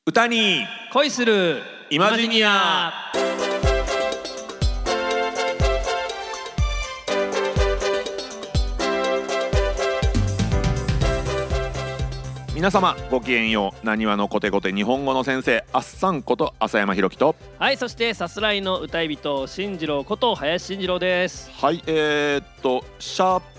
歌に恋するイマジニア。皆様ごきげんよう。なにわのコテコテ日本語の先生、あっさんこと浅山ひろきと、 はい、そしてさすらいの歌い人進次郎こと林進次郎です。 はい、シャープ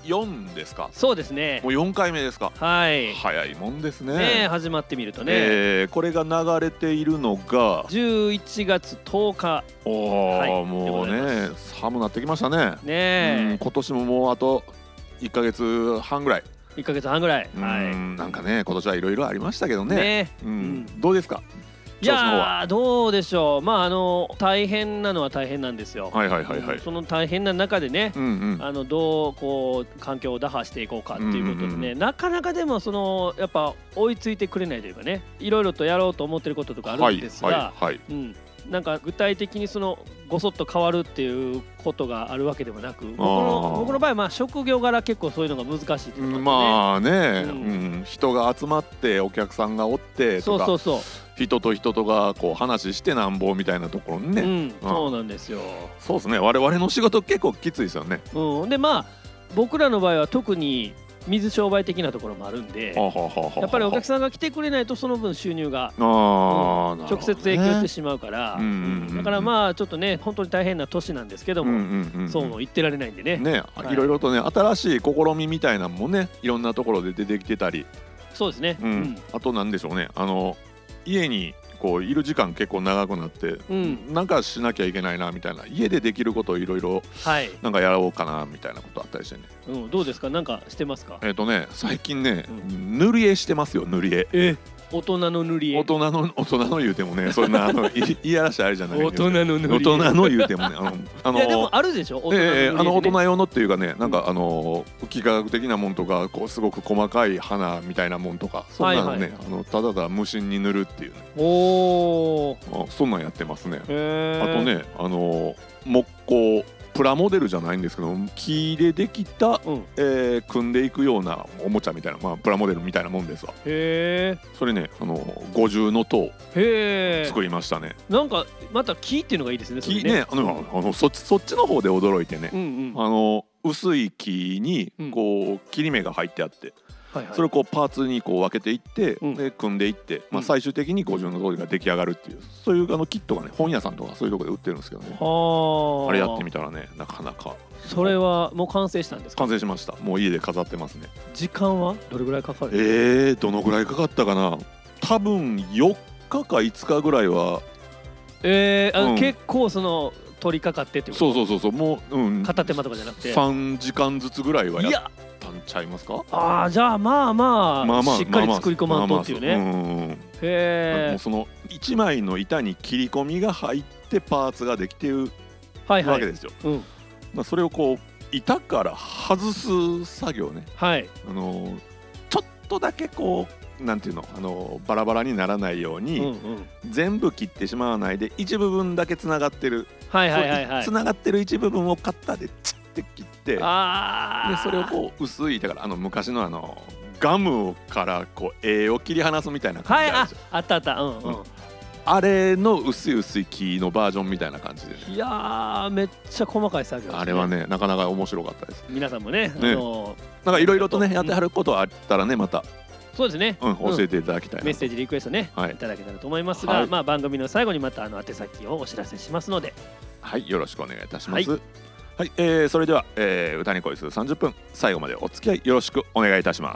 4ですか。 そうですね、 もう4回目ですか。 はい、 早いもんですね。 ね、始まってみるとね、 これが流れているのが 11月10日。はい、 もうね、寒なってきましたね。 ね、 今年ももうあと1ヶ月半ぐらい。 1ヶ月半ぐらい。はい、 なんかね、今年はいろいろありましたけどね。どうですか。 いやー、どうでしょう。まあ大変なのは大変なんですよ。その大変な中でね、どうこう環境を打破していこうかっていうことでね、なかなかでもやっぱ追いついてくれないというかね、いろいろとやろうと思ってることとかあるんですが、なんか具体的にごそっと変わるっていうことがあるわけでもなく、僕の場合はまあ職業柄結構そういうのが難しいっていうことでね。まあね、人が集まってお客さんがおってとか、人と人とがこう話してなんぼみたいなところにね、 そうなんですよ。 そうですね、我々の仕事結構きついですよね。 でまあ僕らの場合は特に水商売的なところもあるんで、やっぱりお客さんが来てくれないとその分収入が直接影響してしまうから、だからまあちょっとね、本当に大変な年なんですけども、そうも言ってられないんでね。 いろいろとね、新しい試みみたいなのもね、いろんなところで出てきてたり。 そうですね。 あとなんでしょうね、家にこういる時間結構長くなって、なんかしなきゃいけないなみたいな、家でできることをいろいろなんかやろうかなみたいなことあったりしてね。 どうですか、なんかしてますか。 最近ね、塗り絵してますよ。塗り絵。 大人の塗り絵。大人の言うてもね、そんないやらしいあれじゃない大人の塗り絵。 大人の言うてもね、 いやでもあるでしょ、 大人用のっていうかね、なんか幾何学的なもんとか、こうすごく細かい花みたいなもんとか、そんなのね、ただただ無心に塗るっていうね。そんなんやってますね。あとね、木工プラモデルじゃないんですけど、木でできた、組んでいくようなおもちゃみたいな、プラモデルみたいなもんですわ。それね、五重の塔作りましたね。 なんかまた木っていうのがいいですね。 木ね、そっちの方で驚いてね、薄い木にこう切り目が入ってあって、それをこうパーツにこう分けていって、で組んでいって、最終的に五重の塔が出来上がるっていう、そういうキットがね、本屋さんとかそういうところで売ってるんですけどね。あれやってみたらね、なかなか。 それはもう完成したんですか。 完成しました。もう家で飾ってますね。 時間はどれぐらいかかる。 どのぐらいかかったかな。多分4日か5日ぐらいは。 結構取り掛かってってこと。 そうもう、片手間とかじゃなくて 3時間ずつぐらいはやったんちゃいますか。 じゃあまあしっかり作り込まんとっていうね。 もうその1枚の板に切り込みが入ってパーツができているわけですよ。それをこう板から外す作業ね。ちょっとだけこうなんていうの、バラバラにならないように、全部切ってしまわないで一部分だけつながってる、つながってる一部分をカッターでチッて切って、でそれをこう薄い、だから昔のガムからこう絵を切り離すみたいな感じあるじゃん。 あった。 あれの薄い木のバージョンみたいな感じで、 いやー、めっちゃ細かい作業ですね。 あれはね、なかなか面白かったです。 皆さんもね、 なんかいろいろとね、やってはることあったらね、またそうですね、 教えていただきたいな。 メッセージリクエストね、いただけたらと思いますが、番組の最後にまた宛先をお知らせしますので、 よろしくお願いいたします。それでは、歌に恋する30分、最後までお付き合いよろしくお願いいたします。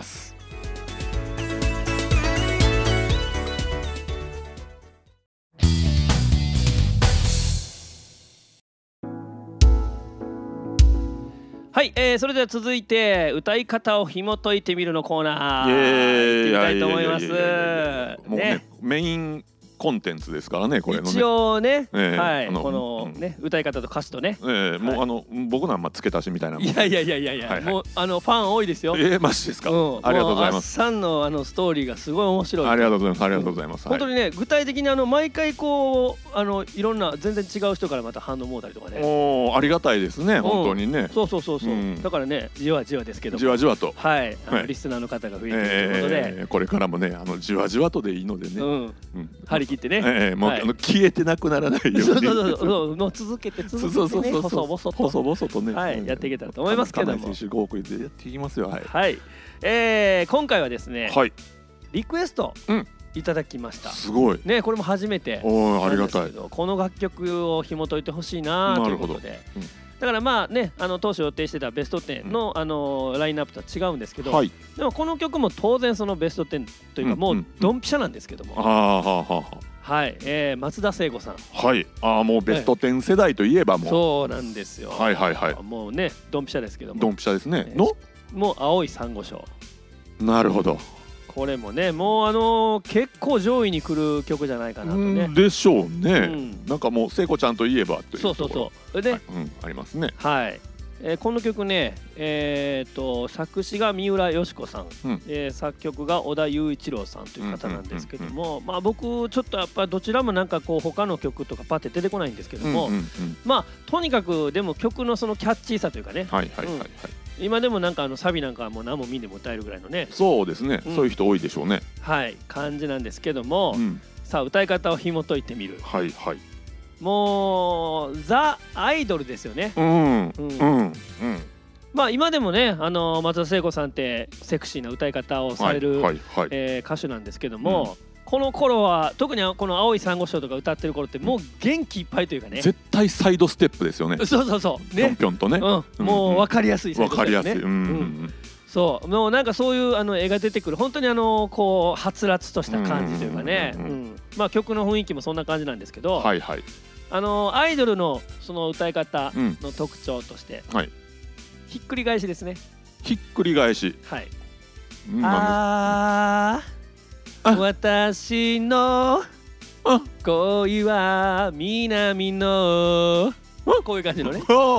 それでは続いて歌い方を紐解いてみるのコーナー行ってみたいと思います。 もうね、メインコンテンツですからね、これのね。 一応ね、はい、このね、歌い方と歌詞とね。 もう僕のは付け足しみたいな。 いや、もうファン多いですよ。 マジですか。ありがとうございます。 さんのストーリーがすごい面白い。 ありがとうございます。ありがとうございます。 本当にね、具体的に毎回こういろんな全然違う人からまた反応もうたりとかね。 ありがたいですね、本当にね。 そう。だからね、じわじわですけど。 じわじわと。 はい、リスナーの方が増えているということで、 これからもね、じわじわとでいいのでね。 張り切ってね。 もう消えてなくならないように。 そう続けてね、細々とね、やっていけたらと思いますけども。 選手5億でやっていきますよ。 はい。今回はですね、リクエストいただきました。 すごいね、これも初めて。 ありがたい。 この楽曲を紐解いてほしいなということで。だからまあね、当初予定してたベスト10のラインナップとは違うんですけど、でもこの曲も当然そのベスト10というかもうドンピシャなんですけども、はい、松田聖子さん。 はい、もうベスト10世代といえばもう。 そうなんですよ。 はい。 もうね、ドンピシャですけども。 ドンピシャですね。 もう青い珊瑚礁。 なるほど。 これもね、もう結構上位に来る曲じゃないかなとね。 でしょうね。なんかもう聖子ちゃんといえばという。 そうで、 ありますね。 はい。この曲ね、作詞が三浦佳子さん、作曲が小田雄一郎さんという方なんですけども、まあ僕ちょっとやっぱどちらもなんかこう他の曲とかパッて出てこないんですけども、まあとにかくでも曲のそのキャッチーさというかね、今でもなんかサビなんかはもう何も見んでも歌えるぐらいのね。 そうですね、そういう人多いでしょうね。 はい、感じなんですけども、さあ歌い方を紐解いてみる。もうザ・アイドルですよね。まあ今でもね、松田聖子さんってセクシーな歌い方をされる歌手なんですけども、この頃は特にこの青い珊瑚礁とか歌ってる頃ってもう元気いっぱいというかね、 絶対サイドステップですよね。 そうぴょんぴょんとね、 もう分かりやすいサイドステップね。 分かりやすい。 そう、もうなんかそういう絵が出てくる、本当にこうはつらつとした感じというかね、まあ曲の雰囲気もそんな感じなんですけど、アイドルのその歌い方の特徴として、ひっくり返しですね。 ひっくり返し。 はい。私の恋は南の、こういう感じのね。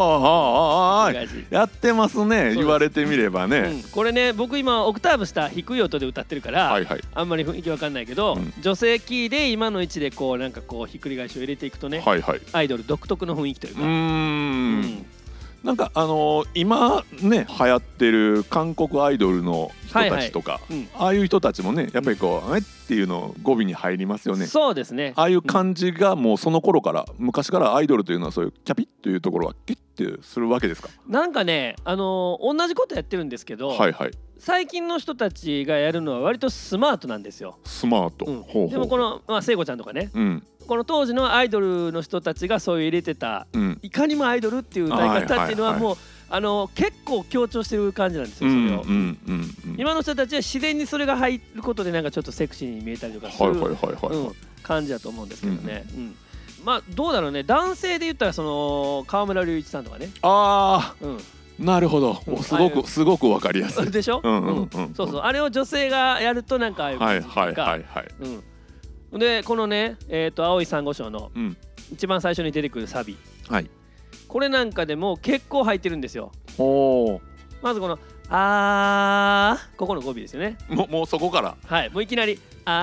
やってますね、言われてみればね。 これね、僕今オクターブ下低い音で歌ってるからあんまり雰囲気わかんないけど、女性キーで今の位置でこうなんかこうひっくり返しを入れていくとね、アイドル独特の雰囲気というか、 なんか今ね流行ってる韓国アイドルの人たちとか、ああいう人たちもねやっぱりこうっていうの語尾に入りますよね。 そうですね。 ああいう感じがもうその頃から昔からアイドルというのはそういうキャピッというところはキュッてするわけですか。 なんかね、同じことやってるんですけど、最近の人たちがやるのは割とスマートなんですよ。 スマート。 でもこの聖子ちゃんとかね、この当時のアイドルの人たちがそういう入れてた、いかにもアイドルっていう歌い方っていうのはもう結構強調してる感じなんですよ、それを。今の人たちは自然にそれが入ることでなんかちょっとセクシーに見えたりとかする感じだと思うんですけどね。まあどうだろうね、男性で言ったらその河村隆一さんとかね。 なるほど、すごくわかりやすいでしょ。そうそう、あれを女性がやるとなんかああいう感じとか。でこのね、青い珊瑚礁の一番最初に出てくるサビ、これなんかでも結構入ってるんですよ。まずこのここの語尾ですよね。 もうそこから、 もういきなり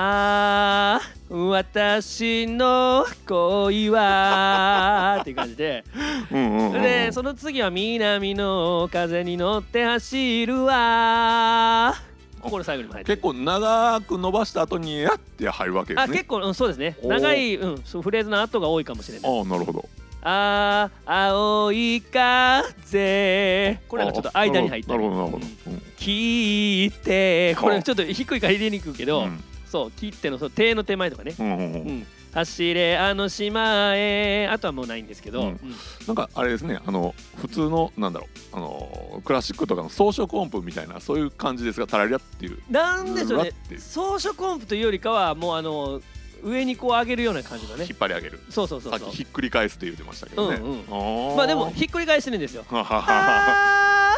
私の恋はっていう感じで、でその次は南の風に乗って走るわ、ここの最後にも入ってる。 結構長く伸ばした後にやって入るわけですね。 結構、そうですね、長い、フレーズの後が多いかもしれない。 なるほど。 青い風、これはちょっと間に入ったり、聞いて、これちょっと低いから入れにくいけど、そう聞いての手の手前とかね、走れあの島へ、あとはもうないんですけど、 なんかあれですね、普通のなんだろう、クラシックとかの装飾音符みたいなそういう感じですが、タラリラっていうなんでしょうね、装飾音符というよりかはもう上にこう上げるような感じのね、 引っ張り上げる。さっきひっくり返すって言ってましたけどね。 まあでもひっくり返してるんですよ。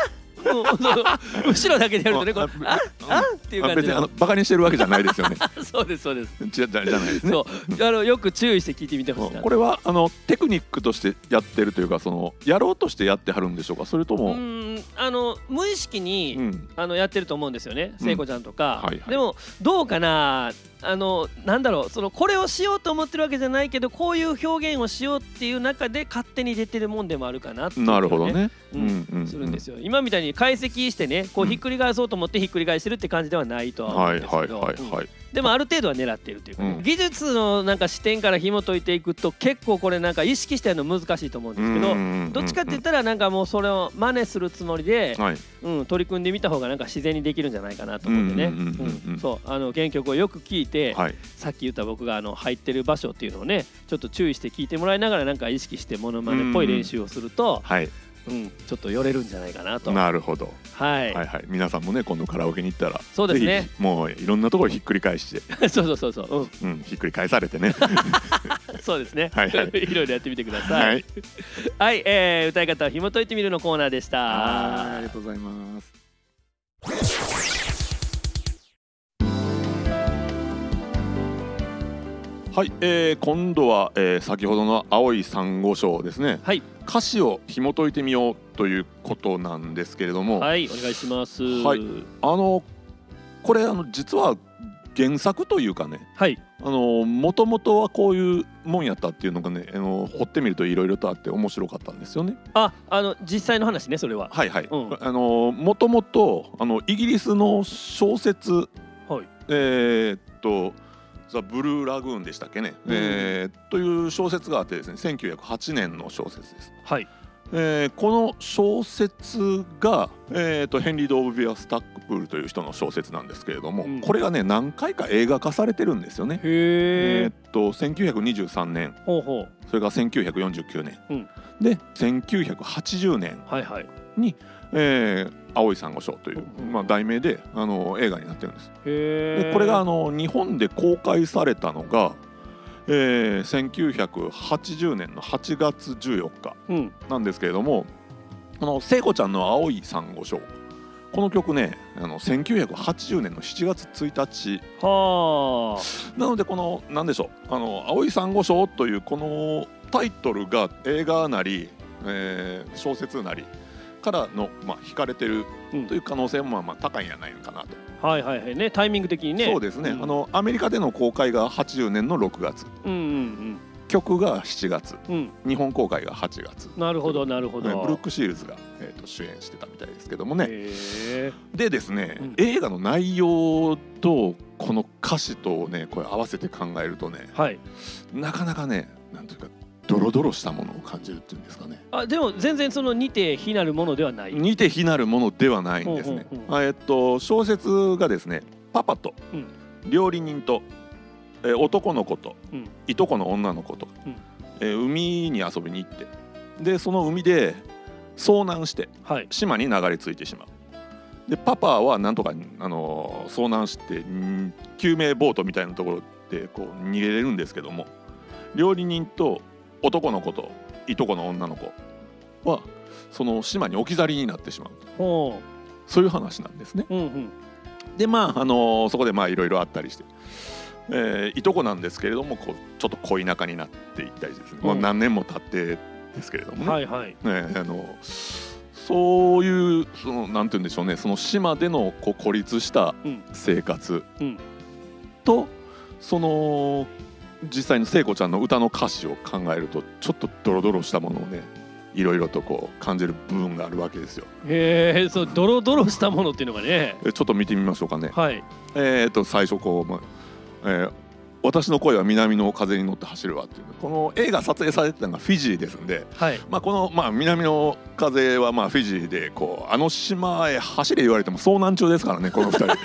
後ろだけでやるとね、あっていう感じで。 別にバカにしてるわけじゃないですよね。 そうですそうです。 じゃないですね。 そうよく注意して聞いてみてほしいな。 これはテクニックとしてやってるというか、やろうとしてやってはるんでしょうか、それとも無意識にやってると思うんですよね、聖子ちゃんとか。でもどうかな、なんだろう、これをしようと思ってるわけじゃないけど、こういう表現をしようっていう中で勝手に出てるもんでもあるかなっていう、ね、 なるほどね、 するんですよ。今みたいに解析してね、こうひっくり返そうと思ってひっくり返してるって感じではないとは思うんですけど、でもある程度は狙っているというか、技術のなんか視点から紐解いていくと結構これなんか意識してやるの難しいと思うんですけど、どっちかって言ったらなんかもうそれを真似するつもりで、取り組んでみた方がなんか自然にできるんじゃないかなと思ってね、原曲をよく聞いて、さっき言った僕が入ってる場所っていうのをね、ちょっと注意して聞いてもらいながらなんか意識してモノマネっぽい練習をすると、ちょっと寄れるんじゃないかなと。 なるほど。皆さんもね、今度カラオケに行ったら、 そうですね、 もういろんなところひっくり返してそう、 ひっくり返されてねそうですね、いろいろやってみてください。はい、歌い方を紐解いてみるのコーナーでした。 ありがとうございます。はい、今度は、先ほどの青い珊瑚礁ですね、歌詞を紐解いてみようということなんですけれども、 はい、お願いします。 これ実は原作というかね、もともとはこういうもんやったっていうのがね、掘ってみるといろいろとあって面白かったんですよね。 実際の話ね、それは。 もともとイギリスの小説、ザ・ブルーラグーンでしたっけね、という小説があってですね、1908年の小説です。この小説が、ヘンリー・ドーブ・ビア・スタックプールという人の小説なんですけれども、これがね何回か映画化されてるんですよね。1923年、それから1949年、で1980年に青い珊瑚礁という、題名で映画になってるんです。でこれが日本で公開されたのが、1980年の8月14日なんですけれども、聖子ちゃんの青い珊瑚礁、この曲ね、1980年の7月1日なので、この何でしょう、青い珊瑚礁というこのタイトルが映画なり、小説なりからの、引かれてるという可能性も高いんじゃないのかなと。 ね、タイミング的にね。 そうですね、アメリカでの公開が80年の6月、曲が7月、日本公開が8月。 なるほどなるほど。 ブルック・シールズが、主演してたみたいですけどもね。でですね、映画の内容とこの歌詞とね、これ合わせて考えるとね、なかなかね、なんていうかドロドロしたものを感じるっていうんですかね。 でも全然似て非なるものではない。 似て非なるものではないんですね。小説がですね、パパと料理人と男の子といとこの女の子と海に遊びに行って、でその海で遭難して島に流れ着いてしまう。でパパはなんとか遭難して救命ボートみたいなところでこう逃げれるんですけども、料理人と男の子といとこの女の子はその島に置き去りになってしまう、そういう話なんですね。でそこでいろいろあったりして、いとこなんですけれども、こうちょっと恋仲になっていったりですね、何年も経ってですけれどもね、そういうなんて言うんでしょうね、その島での孤立した生活と、その実際の聖子ちゃんの歌の歌詞を考えると、ちょっとドロドロしたものをね、いろいろとこう感じる部分があるわけですよ。 そうドロドロしたものっていうのがね、 ちょっと見てみましょうかね。最初こう、私の声は南の風に乗って走るわっていう、この映画撮影されてたのがフィジーですんで、この南の風はフィジーでこう島へ走れ言われても遭難中ですからね、この2人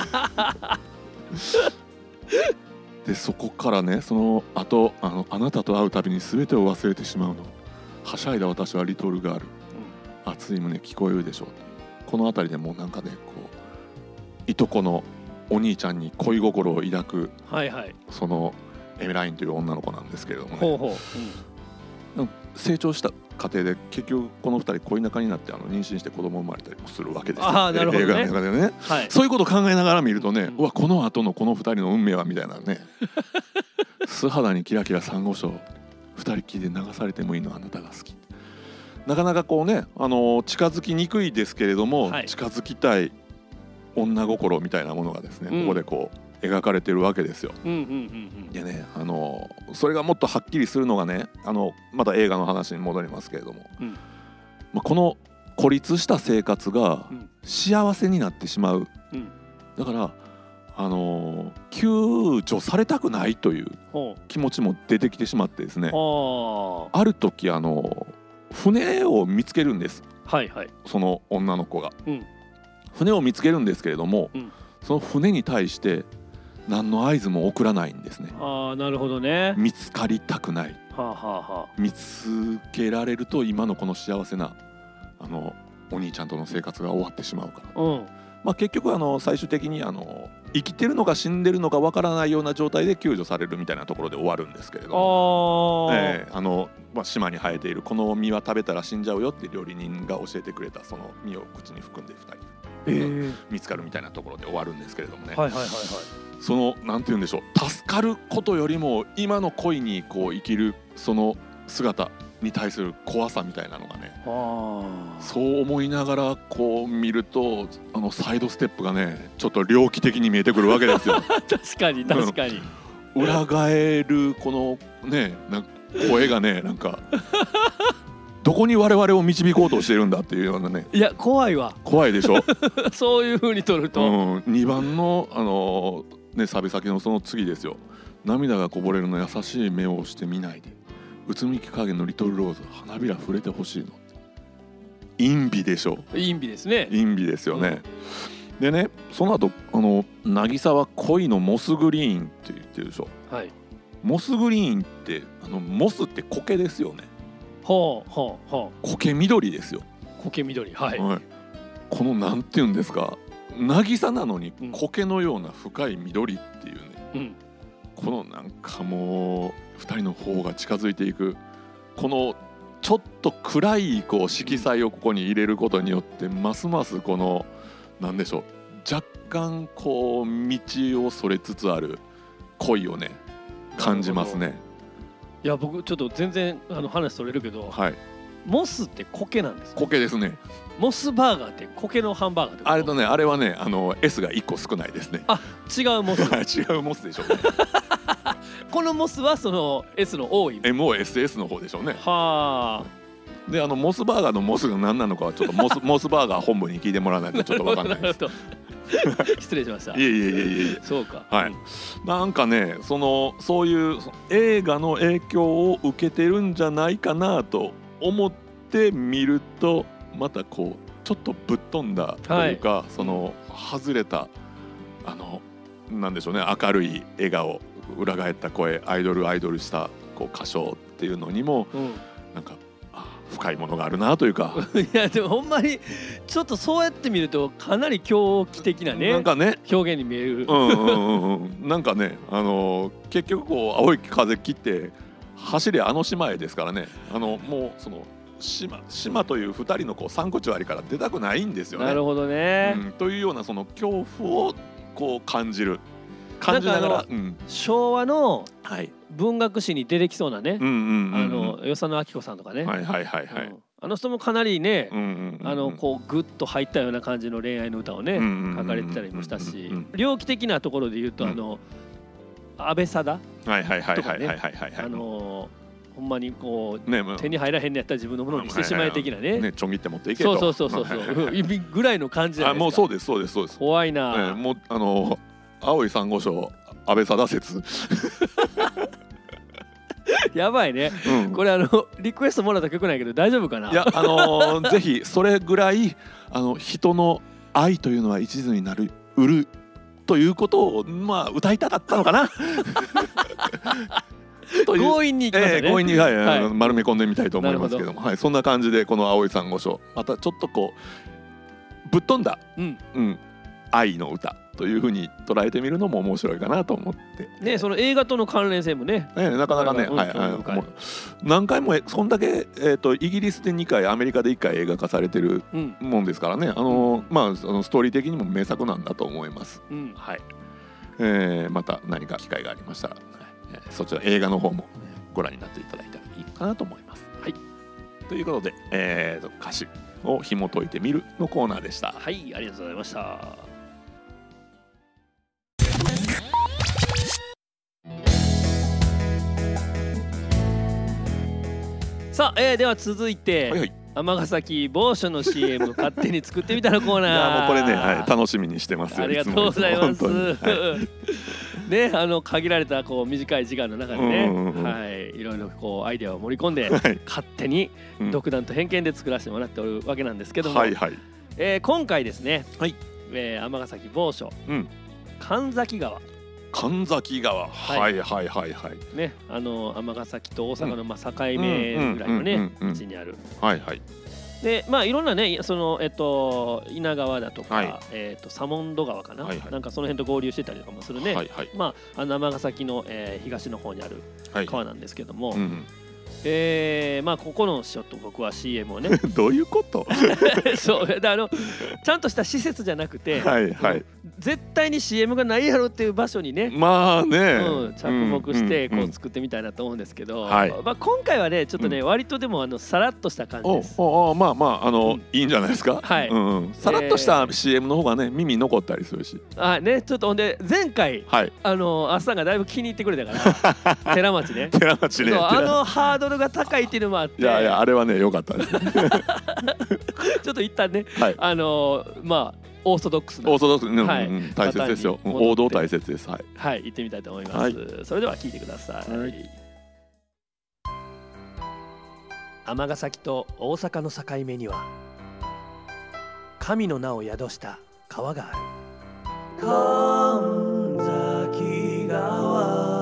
でそこからね、その後あなたと会うたびに全てを忘れてしまうの、はしゃいだ私はリトルガール、熱い胸聞こえるでしょう。この辺りでもうなんかね、こういとこのお兄ちゃんに恋心を抱く、そのエメラインという女の子なんですけれどもね、成長した家庭で結局この2人恋仲になって妊娠して子供生まれたりもするわけですよ。 なるほどね、 映画の中でね、はい、そういうことを考えながら見るとね、うわこの後のこの2人の運命はみたいなね素肌にキラキラサンゴ礁2人きりで流されてもいいのあなたが好き。なかなかこうね近づきにくいですけれども、はい、近づきたい女心みたいなものがですね、ここでこう描かれてるわけですよ。でねそれがもっとはっきりするのがねまた映画の話に戻りますけれども、この孤立した生活が幸せになってしまう、だから救助されたくないという気持ちも出てきてしまってですね、ある時船を見つけるんです、はいはい、その女の子が、船を見つけるんですけれども、その船に対して何の合図も送らないんですね。 なるほどね。 見つかりたくない、見つけられると今のこの幸せなお兄ちゃんとの生活が終わってしまうから、結局最終的に生きてるのか死んでるのかわからないような状態で救助されるみたいなところで終わるんですけれども、島に生えているこの実は食べたら死んじゃうよって料理人が教えてくれたその実を口に含んで2人、見つかるみたいなところで終わるんですけれどもね、そのなんて言うんでしょう、助かることよりも今の恋にこう生きるその姿に対する怖さみたいなのがね、そう思いながらこう見るとサイドステップがねちょっと猟奇的に見えてくるわけですよ確かに確かに裏返るこのね声がねなんかどこに我々を導こうとしてるんだっていうようなね。 いや怖いわ。 怖いでしょそういう風に撮ると、 2番のサビ先のその次ですよ。涙がこぼれるの優しい目をして見ないで、うつむき加減のリトルローズ花びら触れてほしいの。陰美でしょ。 陰美ですね。 陰美ですよね、でね、その後渚は恋のモスグリーンって言ってるでしょ、はい、モスグリーンってモスって苔ですよね。苔緑ですよ。 苔緑、はい、 このなんていうんですか、渚なのに苔のような深い緑っていうね、このなんかもう2人の方が近づいていくこのちょっと暗いこう色彩をここに入れることによってますますこのなんでしょう、若干こう道をそれつつある恋をね感じますね。 いや僕ちょっと全然話それるけど、モスって苔なんですよ。 苔ですね。 モスバーガーって苔のハンバーガーってこと？ あれはねS が1個少ないですね。 違うモス違うモスでしょうねこのモスはその S の多い MOSS の方でしょうね。でモスバーガーのモスが何なのかはちょっとモスバーガー本部に聞いてもらわないとちょっと分かんないです失礼しました。 いえそうか、 なんかねそういう映画の影響を受けてるんじゃないかなと思って見るとまたこうちょっとぶっ飛んだというか、その外れたなんでしょうね、明るい笑顔、裏返った声、アイドルしたこう歌唱っていうのにも、なんか深いものがあるなというかいやでもほんまにちょっとそうやって見るとかなり狂気的なね、 なんかね表現に見えるなんかね結局こう青い風切って走れ島へですからね、もうその島という2人のこうサンコチュアリから出たくないんですよね。 なるほどね、 というようなその恐怖をこう感じながら、 昭和の文学史に出てきそうなね、与謝野晶子さんとかね、あの人もかなりねこうグッと入ったような感じの恋愛の歌をね書かれてたりもしたし、猟奇的なところで言うと安倍貞とかね、ほんまにこう手に入らへんのやったら自分のものにしてしまえ的なね、 ちょんぎって持っていけと、 そうぐらいの感じじゃないですか。 もうそうです怖いな。 もう青い珊瑚礁安倍貞説やばいね、これリクエストもらった曲ないけど大丈夫かな。 いやぜひそれぐらい人の愛というのは一途になる売るということを歌いたかったのかな強引にいきましたね。 強引に、丸め込んでみたいと思いますけども、そんな感じでこの青い珊瑚礁またちょっとこうぶっ飛んだ、愛の歌というふうに捉えてみるのも面白いかなと思って、 ね、その映画との関連性もね、 なかなかね、もう何回もそんだけ、イギリスで2回アメリカで1回映画化されてるもんですからね、ストーリー的にも名作なんだと思います、はい。また何か機会がありましたら、そちら映画の方もご覧になっていただいたらいいかなと思います。はい、ということで、歌詞を紐解いてみるのコーナーでした。 はい、ありがとうございました。さあ、では続いて、尼崎某所の CM 勝手に作ってみたのコーナー。 いやもうこれね、楽しみにしてますよ。 ありがとうございます。ね、限られた短い時間の中でね、いろいろアイデアを盛り込んで、勝手に独断と偏見で作らせてもらっておるわけなんですけども、今回ですね、尼崎某所、神崎川。 神崎川、はいね、尼崎と大阪の境目ぐらいのね位置にある。でいろんなね、その稲川だとか、左門戸川かな、なんかその辺と合流してたりとかもするね、尼崎の東の方にある川なんですけども、ここのちょっと僕は CM をねどういうことそうちゃんとした施設じゃなくて、絶対に CM がないやろっていう場所にね、着目して作ってみたいなと思うんですけど、今回はねちょっとね、割とでもさらっとした感じです。 いいんじゃないですか。さらっとした CM の方がね耳残ったりするし、 ね、ちょっとほんで前回あっさんがだいぶ気に入ってくれたから寺町ね寺町ね、 ハードルが高いっていうのもあって、 いやあれはね良かったですちょっと一旦ね、オーソドックスな大切ですよ。王道大切です。 はい、行ってみたいと思います。それでは聞いてください。尼崎と大阪の境目には神の名を宿した川がある。神崎川。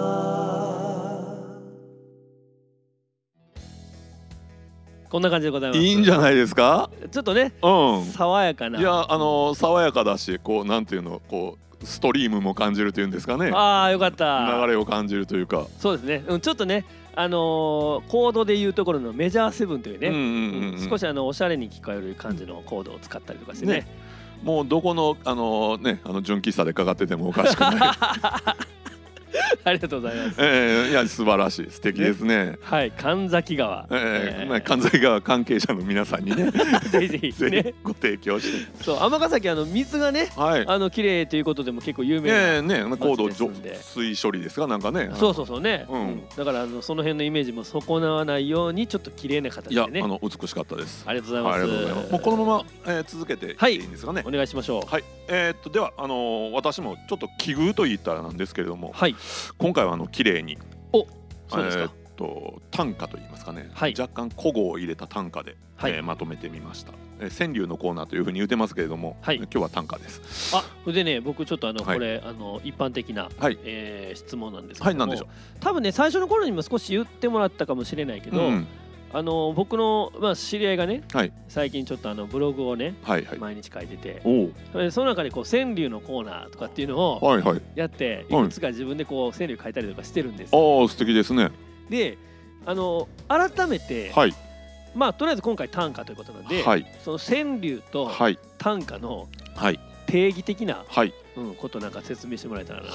こんな感じでございます。 いいんじゃないですか。 ちょっとね、爽やかな。 いや爽やかだし、なんていうの、ストリームも感じるというんですかね。 ああ、よかった。 流れを感じるというか。 そうですね。ちょっとね、コードでいうところのメジャーセブンというね、少しおしゃれに聞こえる感じのコードを使ったりとかしてね。 もうどこの純喫茶でかかっててもおかしくない。 ありがとうございます。 いや素晴らしい、素敵ですね。 はい、神崎川。 神崎川関係者の皆さんにね、 ぜひねご提供して。 そう、尼崎水がね、綺麗ということでも結構有名な高度浄水処理ですが、なんかね。 そうね。だからその辺のイメージも損なわないようにちょっと綺麗な形でね。 いや美しかったです。 ありがとうございます。 もうこのまま続けていいんですかね。 お願いしましょう。 はい。では私もちょっと奇遇と言ったらなんですけれども、今回は綺麗にそうですか。 短歌といいますかね、若干古語を入れた短歌でまとめてみました。川柳のコーナーというふうに言ってますけれども、今日は短歌です。 でね、僕ちょっとこれ一般的な質問なんですけども、多分ね最初の頃にも少し言ってもらったかもしれないけど、僕の知り合いがね、最近ちょっとブログをね毎日書いてて、その中で川柳のコーナーとかっていうのをやって、いくつか自分で川柳書いたりとかしてるんです。 素敵ですね。 で改めて、とりあえず今回短歌ということなんで、その川柳と短歌の定義的なことなんか説明してもらえたらな。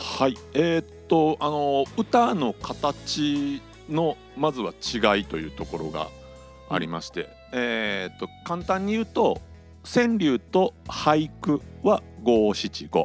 歌の形のまずは違いというところがありまして、簡単に言うと川柳と俳句は五七五、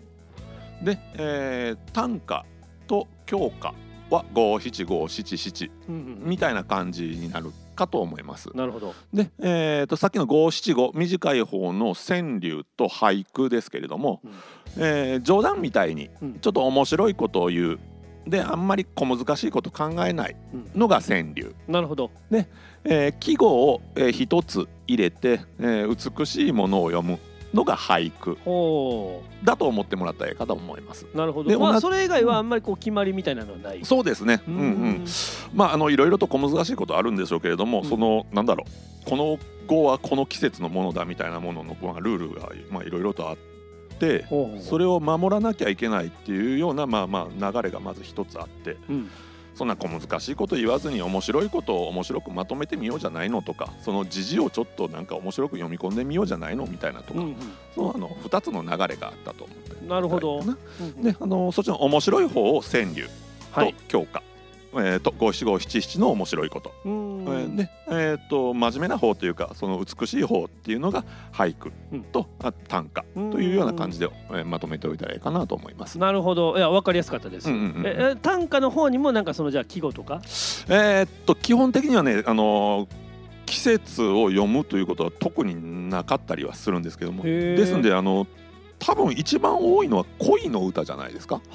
で、短歌と狂歌は五七五七七みたいな感じになるかと思います。 なるほど。 で、さっきの五七五、短い方の川柳と俳句ですけれども、冗談みたいにちょっと面白いことを言う、であんまり小難しいこと考えないのが川柳。 なるほど。 で、季語を一つ入れて、美しいものを読むのが俳句だと思ってもらったらいいかと思います。 なるほど。それ以外はあんまり決まりみたいなのはない。 そうですね。いろいろと小難しいことあるんでしょうけれども、なんだろう、この語はこの季節のものだみたいなもののルールがいろいろとあって、それを守らなきゃいけないっていうような流れがまず一つあって、そんな難しいこと言わずに面白いことを面白くまとめてみようじゃないのとか、その時事をちょっとなんか面白く読み込んでみようじゃないのみたいなとか、その2つの流れがあったと思って。 なるほど。 でそっちの面白い方を川柳と教科、五七五七七の面白いこと、で真面目な方というかその美しい方っていうのが俳句と短歌というような感じでまとめておいたらいいかなと思います。 なるほど。いや分かりやすかったです。短歌の方にもなんかじゃあ季語とか基本的にはね季節を読むということは特になかったりはするんですけども、ですんで多分一番多いのは恋の歌じゃないですか。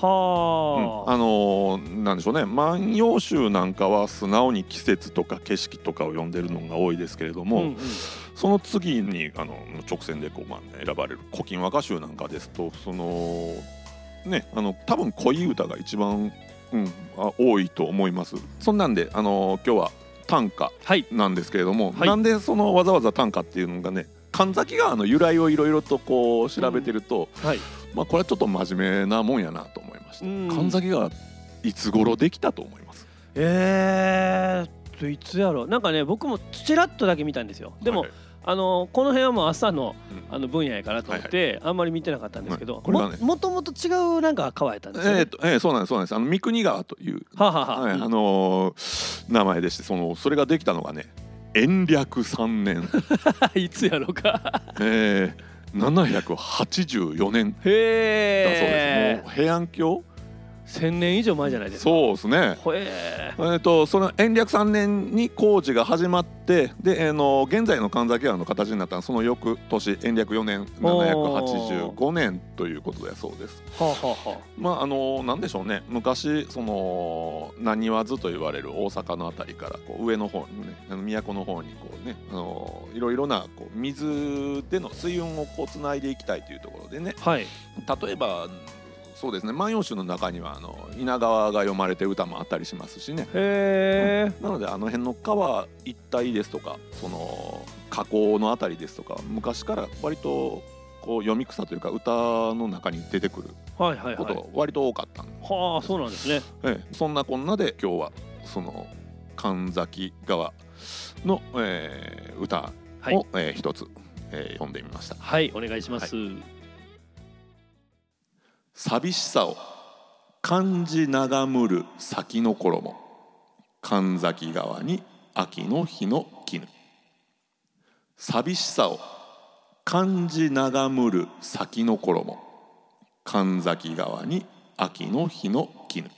なんでしょうね、万葉集なんかは素直に季節とか景色とかを読んでるのが多いですけれども、その次に直線で選ばれる古今和歌集なんかですと多分恋歌が一番、多いと思います。そんなんで今日は短歌なんですけれども、なんでわざわざ短歌っていうのがね、神崎川の由来をいろいろと調べてると、これはちょっと真面目なもんやなと思いました。神崎川いつ頃できたと思います？ いつやろ。なんかね僕もちらっとだけ見たんですよ。でも、この辺はもう朝の分野やからと思ってあんまり見てなかったんですけど、もともと違うなんか川やったんですよね。 そうなんです三国川という名前でして、それができたのがね延暦3年いつやろか 784年だそうです。もう平安京 1000年以上前じゃないですか。 そうですね。その延暦3年に工事が始まって、で現在の神崎川の形になったのはその翌年延暦4年785年ということだそうです。なんでしょうね、昔浪速津と言われる大阪のあたりから上の方にね都の方にいろいろな水での水運をつないでいきたいというところでね、例えばそうですね、万葉集の中には稲川が読まれて歌もあったりしますしね。なので辺の川一帯ですとか河口のあたりですとか昔から割と読み草というか歌の中に出てくることが割と多かったんで。 そうなんですね。 そんなこんなで今日は神崎川の、歌を、一つ、読んでみました。 お願いします。 寂しさを感じ眺むる先の頃も神崎川に秋の日の絹。寂しさを感じ眺むる先の頃も神崎川に秋の日の絹。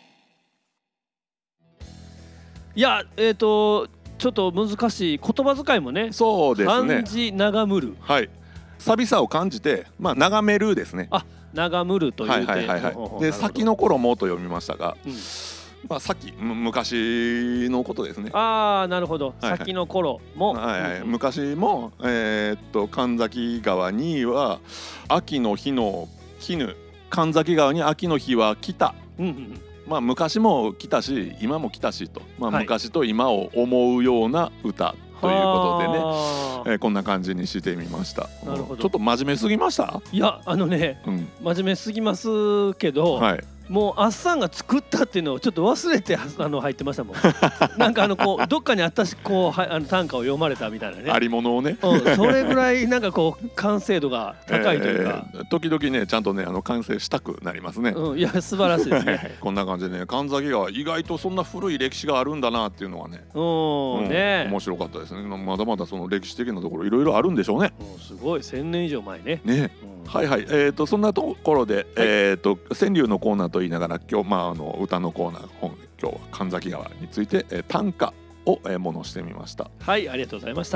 いやちょっと難しい言葉遣いもね。 そうですね。 感じ眺むる。 寂しさを感じて眺めるですね。 眺むるというで先の頃もと読みましたが、さっき昔のことですね。 なるほど。先の頃も、 昔も神崎川には秋の日の絹。神崎川に秋の日は来た。昔も来たし今も来たしと、昔と今を思うような歌ということでね、こんな感じにしてみました。 なるほど。 ちょっと真面目すぎました？ いや真面目すぎますけど、もうあっさんが作ったっていうのをちょっと忘れて入ってましたもんなんかどっかにあったし短歌を読まれたみたいなね、 ありものをね、 それぐらいなんか完成度が高いというか、 時々ねちゃんとね完成したくなりますね。 いや素晴らしいですねこんな感じでね神崎川意外とそんな古い歴史があるんだなっていうのはね、面白かったですね。まだまだその歴史的なところいろいろあるんでしょうね。 すごい1000年以上前ね。 そんなところで、川柳のコーナーと言いながら今日、歌のコーナー今日は神崎川について、短歌を、ものしてみました。 ありがとうございました。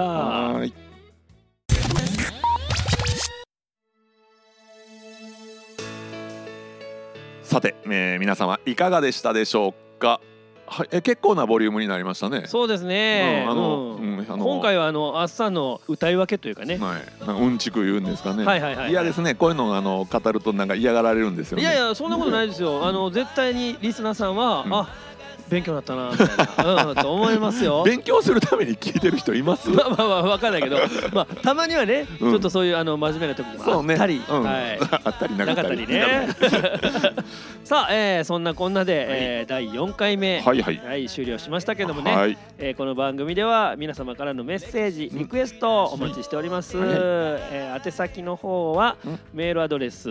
さて、皆様いかがでしたでしょうか。結構なボリュームになりましたね。 そうですね。今回はあっさんの歌い分けというかね、 うんちく言うんですかね。嫌ですね、こういうのを語るとなんか嫌がられるんですよね。 いやそんなことないですよ。絶対にリスナーさんは勉強だったなみたいな、と思いますよ。 勉強するために聞いてる人います？ まあ分かんないけど、たまにはね、ちょっとそういう真面目な時もあったり、 あったりなかったりね。さあ、そんなこんなで第4回目終了しましたけどもね、この番組では皆様からのメッセージリクエストお待ちしております。宛先の方はメールアドレス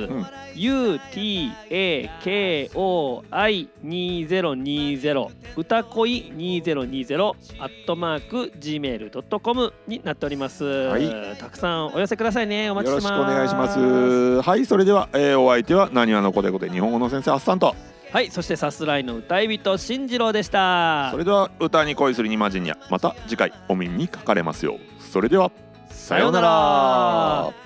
utakoi2020歌恋2020 @gmail.com になっております。たくさんお寄せくださいね。お待ちしてます。 よろしくお願いします。はい、それでは、お相手はなにわのこでこで日本語の先生あっさんと、 はい、そしてさすらいの歌い人進次郎でした。 それでは歌に恋するニマジニア、また次回お耳にかかれますよう。それではさようなら。